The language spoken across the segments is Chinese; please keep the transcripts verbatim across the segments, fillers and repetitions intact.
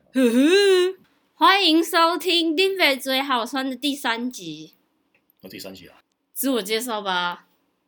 呵呵，欢迎收听《丁肥嘴好酸》的第三集。 哦，第三集啊！ 自我介绍吧。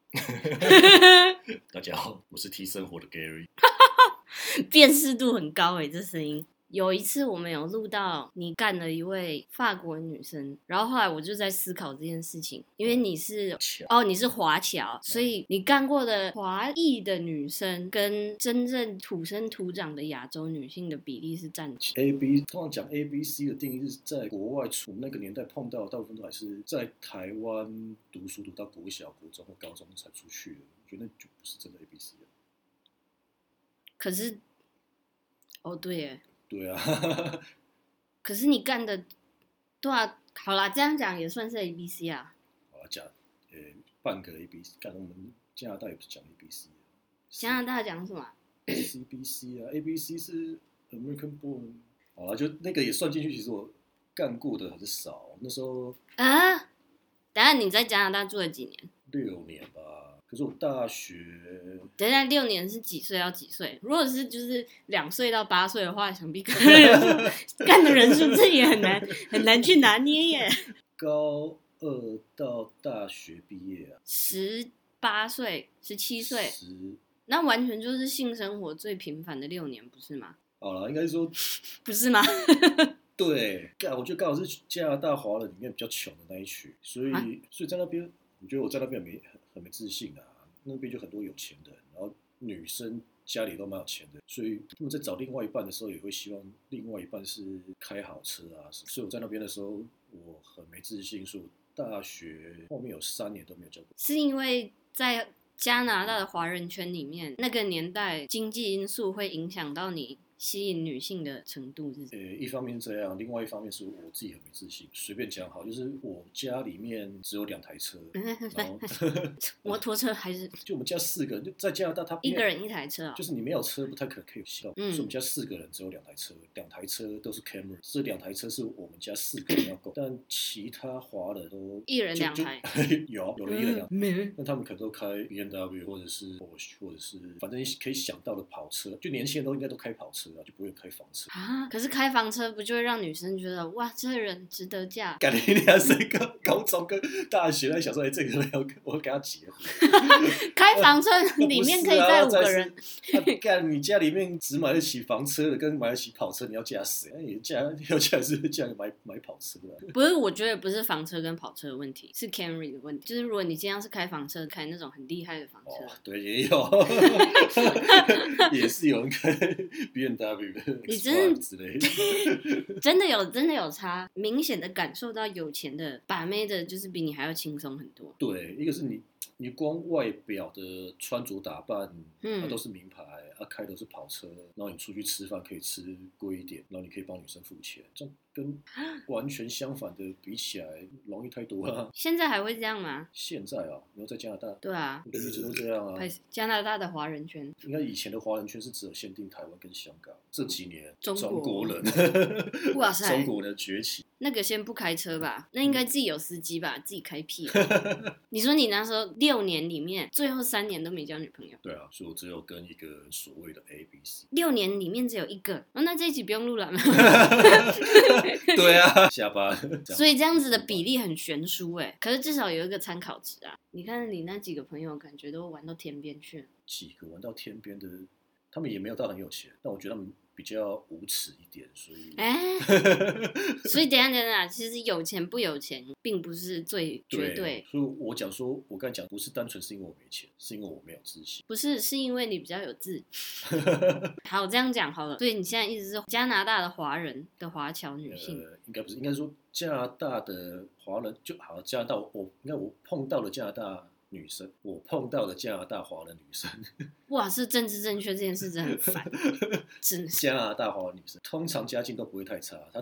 大家好，我是 T 生活的 Gary。 辨识度很高诶，这声音。有一次我们有录到你干了一位法国女生，然后后来我就在思考这件事情，因为你是哦你是华侨，所以你干过的华裔的女生跟真正土生土长的亚洲女性的比例是占 A B 通常讲 A B C 的定义是在国外，我们那个年代碰到，大部分都还是在台湾读书读到国小、国中或高中才出去的。我觉得那就不是真的 A B C 了。 可是，哦对耶。 对啊， 可是你干的，对啊，好啦，这样讲也算是 A B C 啊。 好了，讲呃半个 A B C， 干我们加拿大也不是讲 A B C， 加拿大讲什么 ？C B C 啊 ，A B C 是 American Born。好了，就那个也算进去，其实我干过的还是少。那时候啊？等一下你在加拿大住了几年？ 六年吧。可是我大学， 等一下六年是几岁到几岁？如果是就是两岁到八岁的话，想必干的人数干的人数这也很难很难去拿捏耶。 高二到大学毕业啊， 十八岁、十七岁， 十那完全就是性生活最频繁的六年，不是吗？ 好了，应该说不是吗？ 对，干我觉得刚好是加拿大华人里面比较穷的那一群，所以、 啊、 所以在那边，我觉得我在那边没很很没自信啊。那边就很多有钱的人，然后女生家里都蛮有钱的，所以他们在找另外一半的时候，也会希望另外一半是开好车啊。所以我在那边的时候，我很没自信，所以我大学后面有三年都没有交过。 是因为在加拿大的华人圈里面，那个年代经济因素会影响到你吸引女性的程度是？ 呃，一方面这样，另外一方面是我自己很没自信。随便讲好，就是我家里面只有两台车，然后摩托车还是就我们家四个人，就在加拿大他一个人一台车啊、哦？ 就是你没有车不太可能可以有效。 嗯， 所以我们家四个人只有两台车，两台车都是 Camry， 这两台车是我们家四个人要够，但其他华人都一人两台， 有有人一人两台， 嗯、 那他们可能都开 B M W 或者是 Porsche 或者是反正可以想到的跑车，就年轻人都应该都开跑车啊，就不会开房车啊。可是开房车不就会让女生觉得哇，这人值得嫁？ 感觉你俩是个高中跟大学在想说，哎、欸，这个人要我要跟他结婚。 开房车里面可以载五个人。 干、啊，你家里面只买得起房车的，跟买得起跑车，你要嫁谁？哎，你嫁要嫁是嫁买买跑车的、啊。 不是，我觉得不是房车跟跑车的问题，是 Camry 的问题。就是如果你今天是开房车，开那种很厉害的房车， 哦、对，也有，也是有人开 B M W 的， 你真的之类的， 真的有真的有差，明显的感受到有钱的把妹的，就是比你还要轻松很多。 对，一个是你。你光外表的穿着打扮， 嗯， 它都是名牌，啊，开的是跑车，然后你出去吃饭可以吃贵一点，然后你可以帮女生付钱，这样跟完全相反的比起来，容易太多了。 现在还会这样吗？ 现在啊，你要在加拿大？ 对啊， 一直都这样啊。 加拿大的华人圈， 应该以前的华人圈是只有限定台湾跟香港，这几年中国, 中国人， 哇塞， 中国人的崛起。 那个先不开车吧，那应该自己有司机吧，自己开屁、啊。你说你那时候六年里面，最后三年都没交女朋友？ 对啊，所以我只有跟一个所谓的 A B C。 六年里面只有一个，哦，那这一集不用录了。 对啊，下班。 所以这样子的比例很悬殊哎，可是至少有一个参考值啊。你看你那几个朋友，感觉都玩到天边去了。 几个玩到天边的，他们也没有到很有钱，但我觉得他们比较无耻一点，所以， 哎、欸，所以等一下等一下，其实有钱不有钱，并不是最绝对。 对，所以我讲说，我刚才讲不是单纯是因为我没钱，是因为我没有自信。 不是，是因为你比较有自。好，这样讲好了。所以你现在一直是加拿大的华人的华侨女性， 呃，应该不是，应该说加拿大的华人就好。加拿大我，我应该我碰到了加拿大女生，我碰到了加拿大华人女生。 哇，是政治正确这件事真的很烦。 加拿大华人女生通常家境都不会太差，她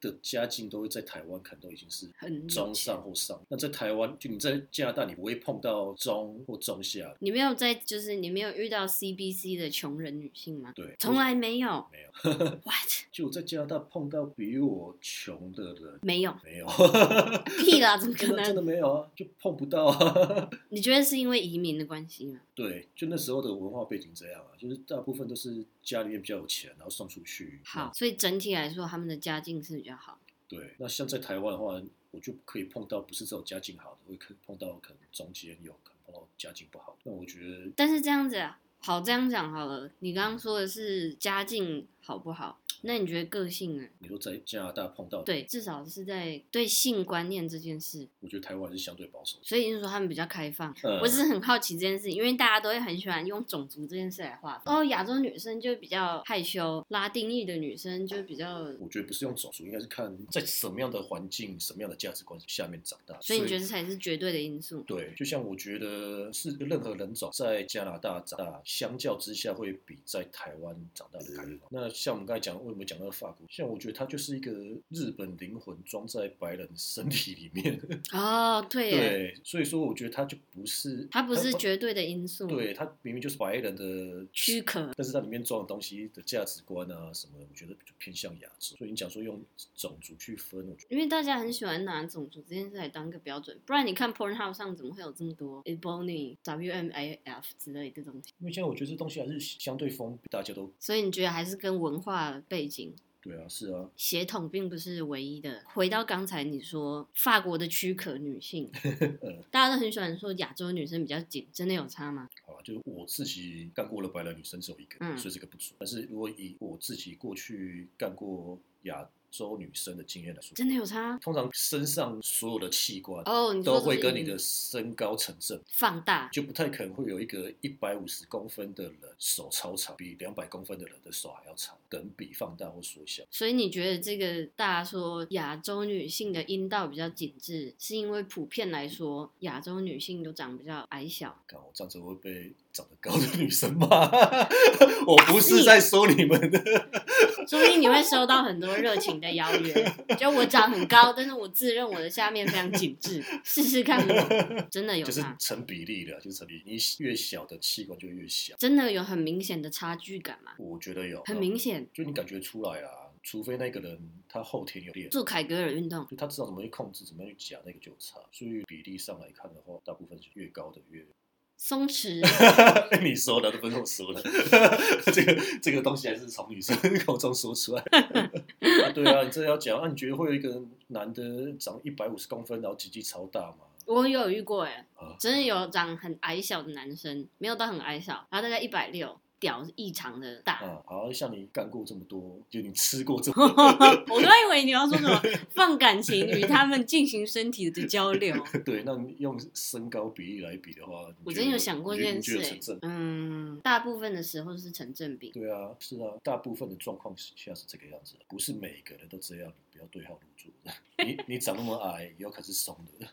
的家境都会在台湾可能都已经是很中上或上，那在台湾就你在加拿大你不会碰到中或中下。 你没有在就是你没有遇到 C B C 的穷人女性吗？ 对， 从来没有。 没有。 What？ 就我在加拿大碰到比我穷的人， 没有， 没有。 屁啦，怎么可真的真的能？ 没有啊，就碰不到啊。 你觉得是因为移民的关系吗？ 对，就那时候的文化背景这样啊，就是大部分都是家里面比较有钱，然后送出去。 好，所以整体来说，他们的家境是比较好。 对，那像在台湾的话，我就可以碰到不是只有家境好的，会可以碰到可能中间有，可能碰到家境不好的。那我觉得， 但是这样子啊，好，这样讲好了。你刚刚说的是家境好不好？那你觉得个性呢？ 你说在加拿大碰到的， 对，至少是在对性观念这件事， 我觉得台湾是相对保守的。 所以你说他们比较开放。 嗯我只是很好奇这件事，因为大家都会很喜欢用种族这件事来划分。哦，亚洲女生就比较害羞，拉丁裔的女生就比较…… 我觉得不是用种族，应该是看在什么样的环境、什么样的价值观下面长大。 所以你觉得这才是绝对的因素？ 对，就像我觉得是任何人种在加拿大长大，相较之下会比在台湾长大的开放。那像我们刚才讲，为什么讲到法国？像我觉得它就是一个日本灵魂装在白人身体里面。 哦，对耶， 对，所以说我觉得它就不是， 它不是绝对的因素， 对，它明明就是白人的躯壳。 但是它里面装的东西的价值观啊什么的，我觉得就偏向亚洲。所以你讲说用种族去分，我觉得因为大家很喜欢拿种族这件事来当个标准，不然你看 Pornhub 上怎么会有这么多 Ebony、W M A F 之类的东西？ 因为现在我觉得这东西还是相对封闭，大家都所以你觉得还是跟文化背景？ 对啊，是啊， 血统并不是唯一的。回到刚才你说法国的躯壳女性，大家都很喜欢说亚洲女生比较紧，真的有差吗？ 好吧，就是我自己干过的白人女生只有一个， 嗯所以这个不准。但是如果以我自己过去干过亚洲女生的经验来说， 真的有差通常身上所有的器官哦，你说都这是以会跟你的身高成正比， 放大， 就不太可能会有一个一百五十公分的人手超长，比两百公分的人的手还要长，等比放大或缩小。 所以你觉得这个大家说亚洲女性的阴道比较紧致，是因为普遍来说亚洲女性都长比较矮小？ 看我这样子会被长得高的女生骂，我不是在说你们的。 说不定你会收到很多热情的邀约。就我长很高，但是我自认我的下面非常紧致，试试看我真的有就是差， 成比例的，就是成比例，你越小的器官就越小。 真的有很明显的差距感吗？ 我觉得有， 很明显。 就你感觉出来啦，除非那个人他后天有练， 做凯格尔运动， 就他知道怎么去控制，怎么样去夹，那个就有差。所以比例上来看的话，大部分是越高的越。 松弛。 你说的都不是我说的，这个这个东西还是从女生口中说出来。啊对啊，你这要讲啊，你觉得会有一个男的长一百五十公分，然后鸡鸡超大吗？ 我有遇过哎、 啊真的有长很矮小的男生，没有到很矮小，然后大概一百六，屌异常的大。 啊，好像你干过这么多，就你吃过这么我刚以为你要说什么放感情与他们进行身体的交流。 对，那你用身高比例来比的话，你觉得我真有想过这件你觉事、欸得成正， 嗯，大部分的时候是成正比。 对啊，是啊，大部分的状况下是这个样子，不是每个人都这样，你不要对号入座。你你长那么矮，以后可是怂的。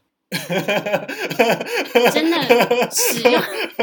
真的使用，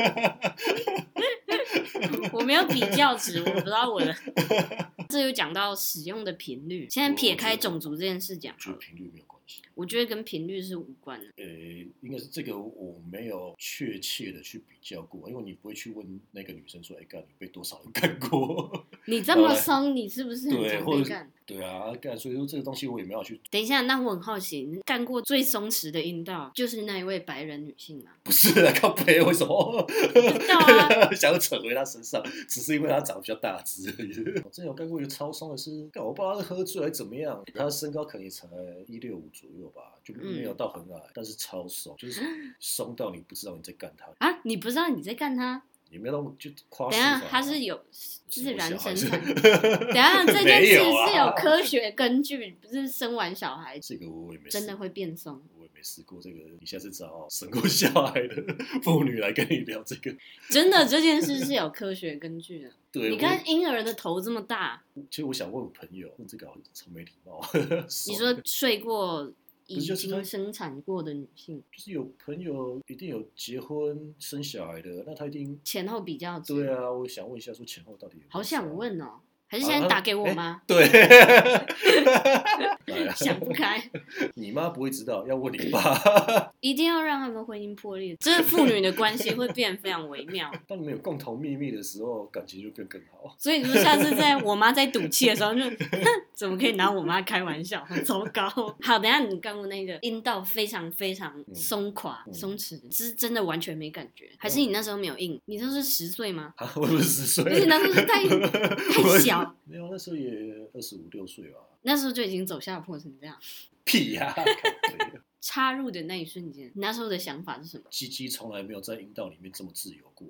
我没有比较值，我不知道我的。这有讲到使用的频率，现在撇开种族这件事讲我，觉得频率没有关系。 我觉得跟频率是无关的。 呃，应该是这个我没有确切的去比较过，因为你不会去问那个女生说，哎，干你被多少人干过？ 你这么松，你是不是很对， 常或者是被干？ 对啊，干，所以说这个东西我也没有去， 等一下，那我很好奇，你干过最松弛的阴道就是那一位白人女性吗？ 不是啊，靠背，为什么？ 不知道啊， 想要扯回她身上，只是因为她长得比较大只而已。我之前有干过一个超松的是，干我不知道他是喝醉还是怎么样，他的身高可能也才一六五左右吧，就没有到很矮，但是超松，就是松到你不知道你在干他。 啊，你不知道你在干他？ 也没有到就夸等一下， 饰法他是有自然生是产。等一下，这件事没有啊是有科学根据，不是生完小孩这个我也没试真的会变松。 我也没试过这个，你下次找生过小孩的妇女来跟你聊这个。 真的，这件事是有科学根据的。 对， 你看婴儿的头这么大， 其实我想问我朋友，问这个好像超没礼貌。 你说睡过已不是就是他经生产过的女性， 就是有朋友一定有结婚生小孩的，那他一定前后比较值。 对啊。我想问一下，说前后到底有没有好想问哦， 还是现在打给我妈？ 啊、对， 想不开。 你妈不会知道，要问你爸。 一定要让他们婚姻破裂，这父女的关系会变得非常微妙。 当你们有共同秘密的时候，感情就变更好。 所以说，下次在我妈在赌气的时候就，就怎么可以拿我妈开玩笑，很糟糕。好，等一下你干过那个阴道非常非常松垮、嗯、松弛，是真的完全没感觉，还是你那时候没有硬？你那时候是十岁吗？ 啊，我不是十岁， 不是那时候是太太小， 没有，那时候也二十五六岁吧。 那时候就已经走下坡成这样。 屁呀、啊！ 插入的那一瞬间，你那时候的想法是什么？ 鸡鸡从来没有在阴道里面这么自由过。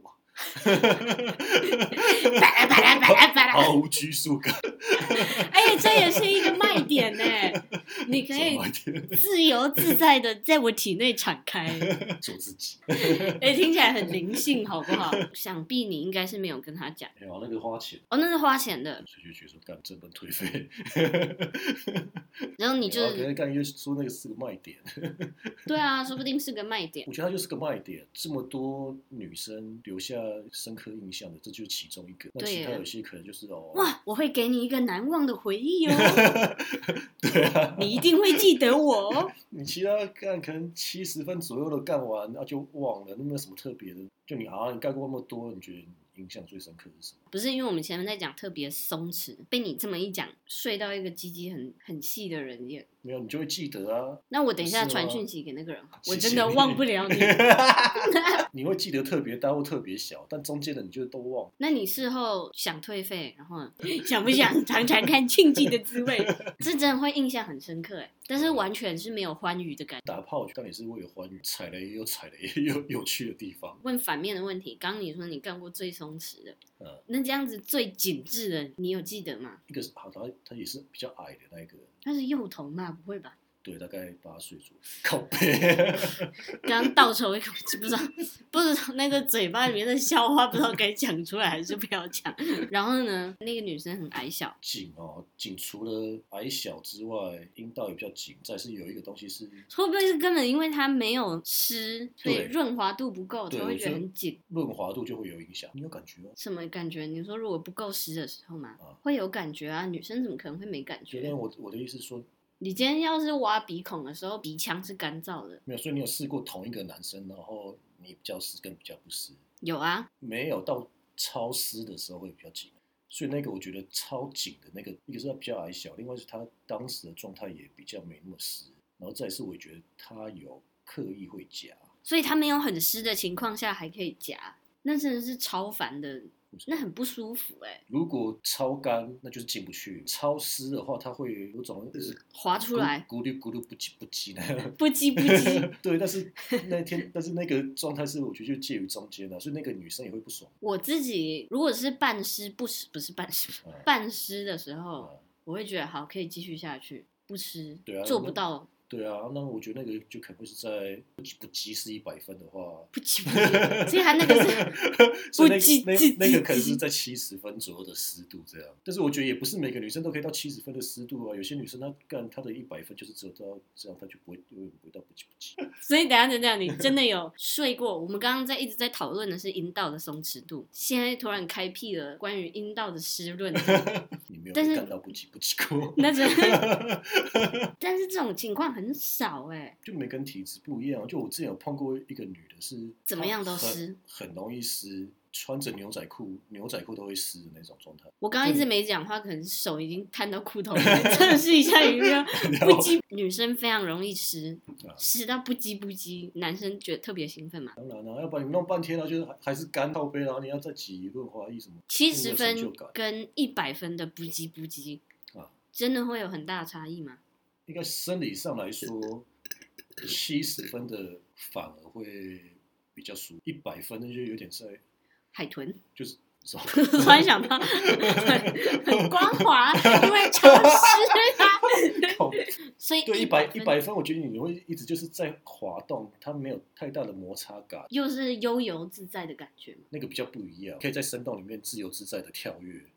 毫无拘束感。 哎、欸，这也是一个卖点呢。你可以自由自在的在我体内敞开， 做自己。 哎、欸，听起来很灵性，好不好？想必你应该是没有跟他讲。 没有，那个花钱。 哦，那是花钱的。 所以就觉得说干这本退费。 然后你就是干又说那个是个卖点。 对啊，说不定是个卖点。 我觉得它就是个卖点，这么多女生留下深刻印象的，这就是其中一个。那其他有些可能就是哦， 哇，我会给你一个难忘的回忆哦。 对啊， 你一定会记得我哦。 你其他干可能七十分左右的干完，然后就忘了，那没有什么特别的。就你啊，你干过那么多，你觉得印象最深刻是什么？ 不是，因为我们前面在讲特别松弛，被你这么一讲，睡到一个鸡鸡很很细的人也没有，你就会记得啊。 那我等一下传讯息给那个人，我真的忘不了你。 你会记得特别大或特别小，但中间的你就都忘。 那你事后想退费，然后想不想尝尝看庆忌的滋味？这真的会印象很深刻哎，但是完全是没有欢愉的感觉。 打炮当然是会有欢愉，踩雷也有踩雷也有有趣的地方。 问反面的问题，刚刚你说你干过最松弛的， 嗯， 那这样子最紧致的，你有记得吗？ 一个是好，他他也是比较矮的那一个， 他是幼童嘛？不会吧？ 对，大概八岁左右。靠背， 刚刚倒抽一口气，不知道不知道那个嘴巴里面的笑话，不知道该讲出来还是不要讲。然后呢，那个女生很矮小， 紧哦，紧除了矮小之外，阴道也比较紧。再是有一个东西是， 会不会是根本因为它没有湿，所以润滑度不够，才会觉得很紧？ 润滑度就会有影响。你有感觉吗？ 什么感觉？你说如果不够湿的时候嘛， 啊， 会有感觉啊。女生怎么可能会没感觉？ 但我我的意思是说。 你今天要是挖鼻孔的时候，鼻腔是干燥的。 没有，所以你有试过同一个男生，然后你比较湿跟比较不湿？ 有啊， 没有到超湿的时候会比较紧，所以那个我觉得超紧的那个，一个是他比较矮小，另外是他当时的状态也比较没那么湿，然后再是我也觉得他有刻意会夹， 所以他没有很湿的情况下还可以夹，那真的是超烦的。那很不舒服哎、欸。 如果超干，那就是进不去；超湿的话，它会有种滑出来， 咕噜咕噜不叽不叽的， 不叽不叽。 对，但是那天，但是那个状态是我觉得就介于中间的，所以那个女生也会不爽。 我自己如果是半湿不湿，不是半湿，嗯、半湿的时候、嗯，我会觉得好可以继续下去。不湿， 对啊， 做不到。 对啊，那我觉得那个就可能会是在不不及是一百分的话， 不及不及，所以他那个是所以那那那个可能是在七十分左右的湿度这样。但是我觉得也不是每个女生都可以到七十分的湿度啊，有些女生她干她的一百分就是只有到这样，她就不会永远不会到不及不及。 所以等一下等等，你真的有睡过？我们刚刚在一直在讨论的是阴道的松弛度，现在突然开辟了关于阴道的湿润度。 你没有干到不及不及过？ 那真的，但是这种情况很少哎、欸， 就每个人体质不一样。就我之前有碰过一个女的是怎么样都湿， 很容易湿，穿着牛仔裤，牛仔裤都会湿的那种状态。 我刚刚一直没讲话，可能手已经探到裤头里面，测试一下有没有不羁。女生非常容易湿，湿到不羁不羁，男生觉得特别兴奋嘛。 当然了、啊，要不然你弄半天了，就是还是干靠背，然后你要再挤润滑液什么。 七十分跟一百分的不羁不羁啊， 真的会有很大的差异吗？ 应该生理上来说，七十分的反而会比较舒服，一百分的就有点在海豚， 就是突然想到很很光滑，因为潮湿啊。所以对一百一百分，我觉得你会一直就是在滑动，它没有太大的摩擦感， 又是悠游自在的感觉嘛。 那个比较不一样，可以在深洞里面自由自在的跳跃。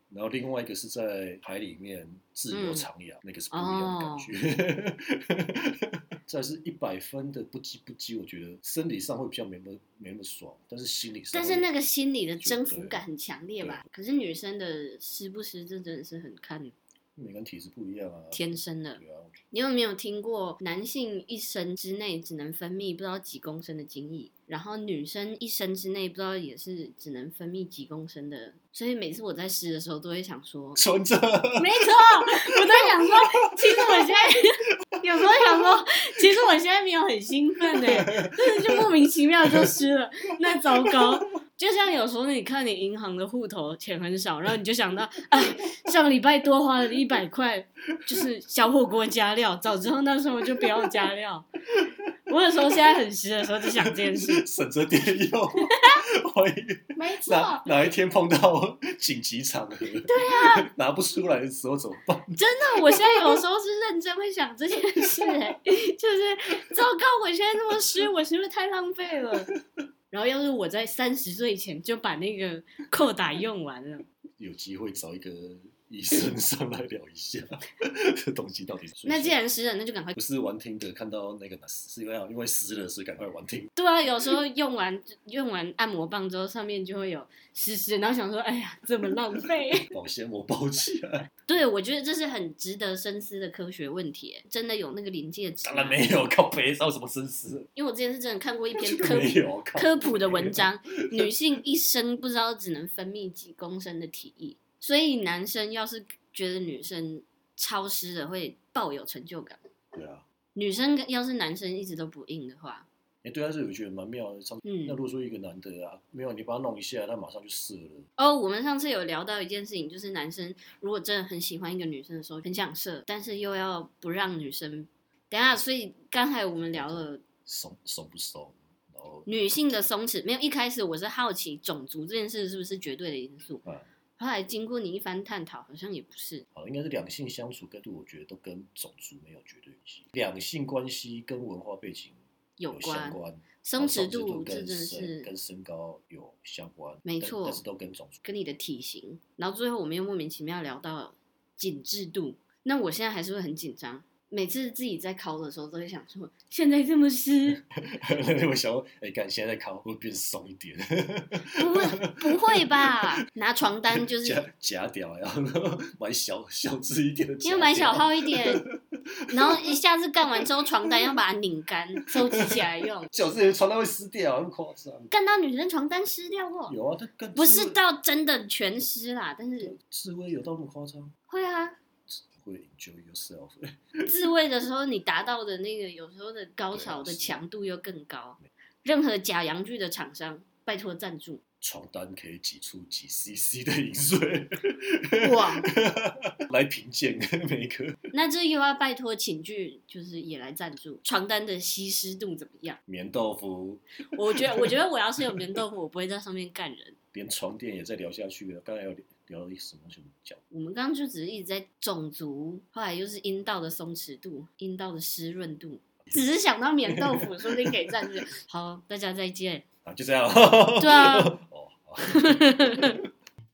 然后另外一个是在海里面自由徜徉，嗯、那个是不一样的感觉。哦、再是一百分的不羁不羁，我觉得生理上会比较没那么没那么爽，但是心理上， 但是那个心理的征服感很强烈吧？可是女生的湿不湿，这真的是很看。 每个人体质不一样啊， 天生的。 对啊， 你有没有听过男性一生之内只能分泌不知道几公升的精液，然后女生一生之内不知道也是只能分泌几公升的？所以每次我在湿的时候都会想说， 存着， 没错，我都想说，其实我现在有时候想说，其实我现在没有很兴奋哎，但是就莫名其妙就湿了，那糟糕。就像有时候你看你银行的户头钱很少，然后你就想到，哎，上个礼拜多花了一百块，就是小火锅加料，早知道那时候就不要加料。我有时候现在很湿的时候就想这件事， 省着点用。 没错， 哪哪一天碰到紧急场合，对啊， 拿不出来的时候怎么办？ 真的，我现在有时候是认真会想这件事、欸，哎，就是糟糕，我现在那么湿，我是不是太浪费了？然后要是我在三十岁前就把那个扣打用完了， 有机会找一个医生上来聊一下，这东西到底是。 那既然湿了，那就赶快。 不是玩听的，看到那个是因为因为湿了，所以赶快玩听。 对啊，有时候用完用完按摩棒之后，上面就会有湿湿，然后想说，哎呀，这么浪费。 保鲜膜包起来。 对，我觉得这是很值得深思的科学问题，真的有那个临界值？ 当然没有，靠北有什么深思？ 因为我之前是真的看过一篇科普科普的文章，女性一生不知道只能分泌几公升的体液，所以男生要是觉得女生超湿的会爆有成就感。 对啊， 女生要是男生一直都不硬的话。 哎、欸，对啊，这我觉得蛮妙的。嗯，那如果说一个男的啊，没有你把他弄一下，他马上就射了。 哦，我们上次有聊到一件事情，就是男生如果真的很喜欢一个女生的时候，很想射，但是又要不让女生。等一下，所以刚才我们聊了松松不松，然后女性的松弛没有。一开始我是好奇种族这件事是不是绝对的因素，嗯、后来经过你一番探讨，好像也不是。 好，应该是两性相处跟我觉得都跟种族没有绝对关系，两性关系跟文化背景。有相关， 松弛度这真的是跟身高有相关， 没错， 但是都跟种族、 跟你的体型。然后最后我们又莫名其妙聊到紧致度，那我现在还是会很紧张。每次自己在考的时候，都会想说，现在这么湿， 我想说，哎、欸，看现在在考会变松一点， 不会，不会吧？拿床单就是夹夹掉，然后买小小只一点的， 因为买小号一点，然后一下子干完之后，床单要把它拧干，收集起来用。 小只的床单会湿掉，那么夸张？ 干到女生床单湿掉过？ 有啊，但更不是到真的全湿啦，但是自慰有到那么夸张？ 会啊。 会 enjoy yourself 自慰的时候，你达到的那个有时候的高潮的强度又更高。任何假阳具的厂商，拜托赞助。 床单可以挤出几 C C 的饮水， 哇！ 来评鉴每一个。 那这又要拜托寝具，就是也来赞助。床单的吸湿度怎么样？ 棉豆腐。 我觉得，我觉得我要是有棉豆腐，我不会在上面干人。 连床垫也在聊下去了，刚才有聊了一什么什么讲？ 我们刚刚就只是一直在种族，后来又是阴道的松弛度、阴道的湿润度，只是想到棉豆腐，说不定可以赞助。好，大家再见。 啊，就这样。 对啊。 哦。